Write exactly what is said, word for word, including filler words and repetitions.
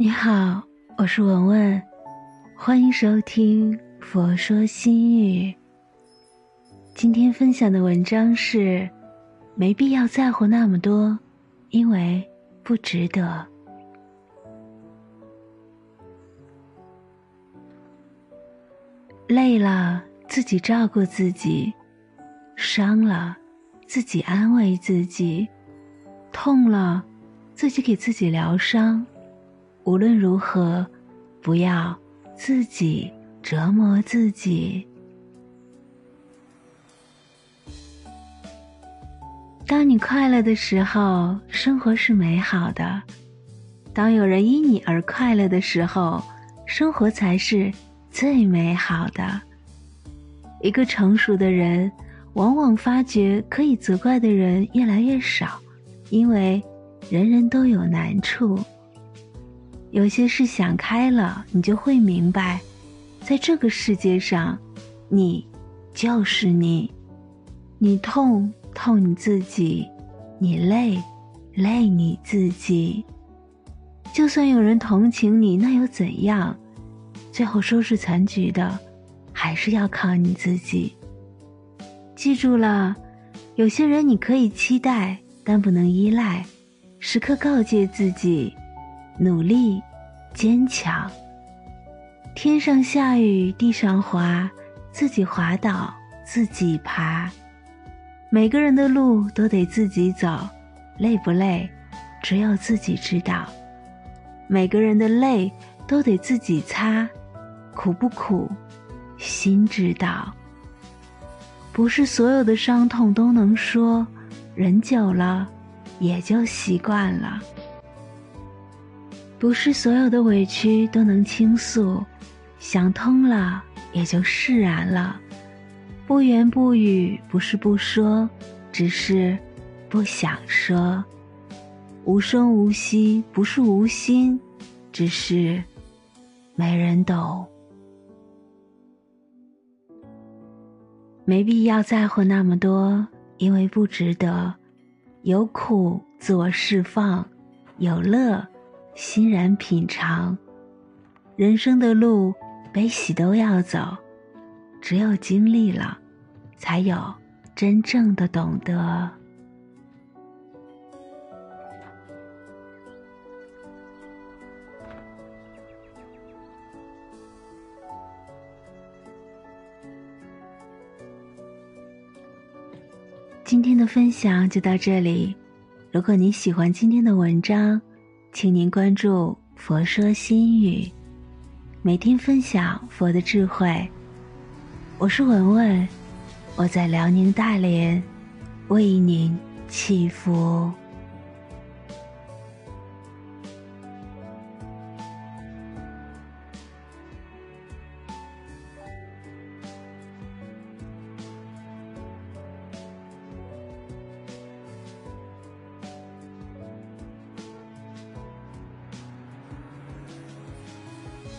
你好，我是文文，欢迎收听佛说心语。今天分享的文章是没必要在乎那么多，因为不值得。累了自己照顾自己，伤了自己安慰自己，痛了自己给自己疗伤。无论如何，不要自己折磨自己。当你快乐的时候，生活是美好的；当有人因你而快乐的时候，生活才是最美好的。一个成熟的人，往往发觉可以责怪的人越来越少，因为人人都有难处。有些事想开了，你就会明白，在这个世界上，你就是你。你痛痛你自己，你累累你自己。就算有人同情你，那又怎样？最后收拾残局的，还是要靠你自己。记住了，有些人你可以期待，但不能依赖。时刻告诫自己，努力坚强。天上下雨地上滑，自己滑倒自己爬。每个人的路都得自己走，累不累只有自己知道。每个人的泪都得自己擦，苦不苦心知道。不是所有的伤痛都能说，人久了也就习惯了。不是所有的委屈都能倾诉，想通了也就释然了。不言不语不是不说，只是不想说。无声无息不是无心，只是没人懂。没必要在乎那么多，因为不值得。有苦自我释放，有乐欣然品尝。人生的路悲喜都要走，只有经历了，才有真正的懂得。今天的分享就到这里，如果您喜欢今天的文章，请您关注佛说心语，每天分享佛的智慧。我是文文，我在辽宁大连为您祈福。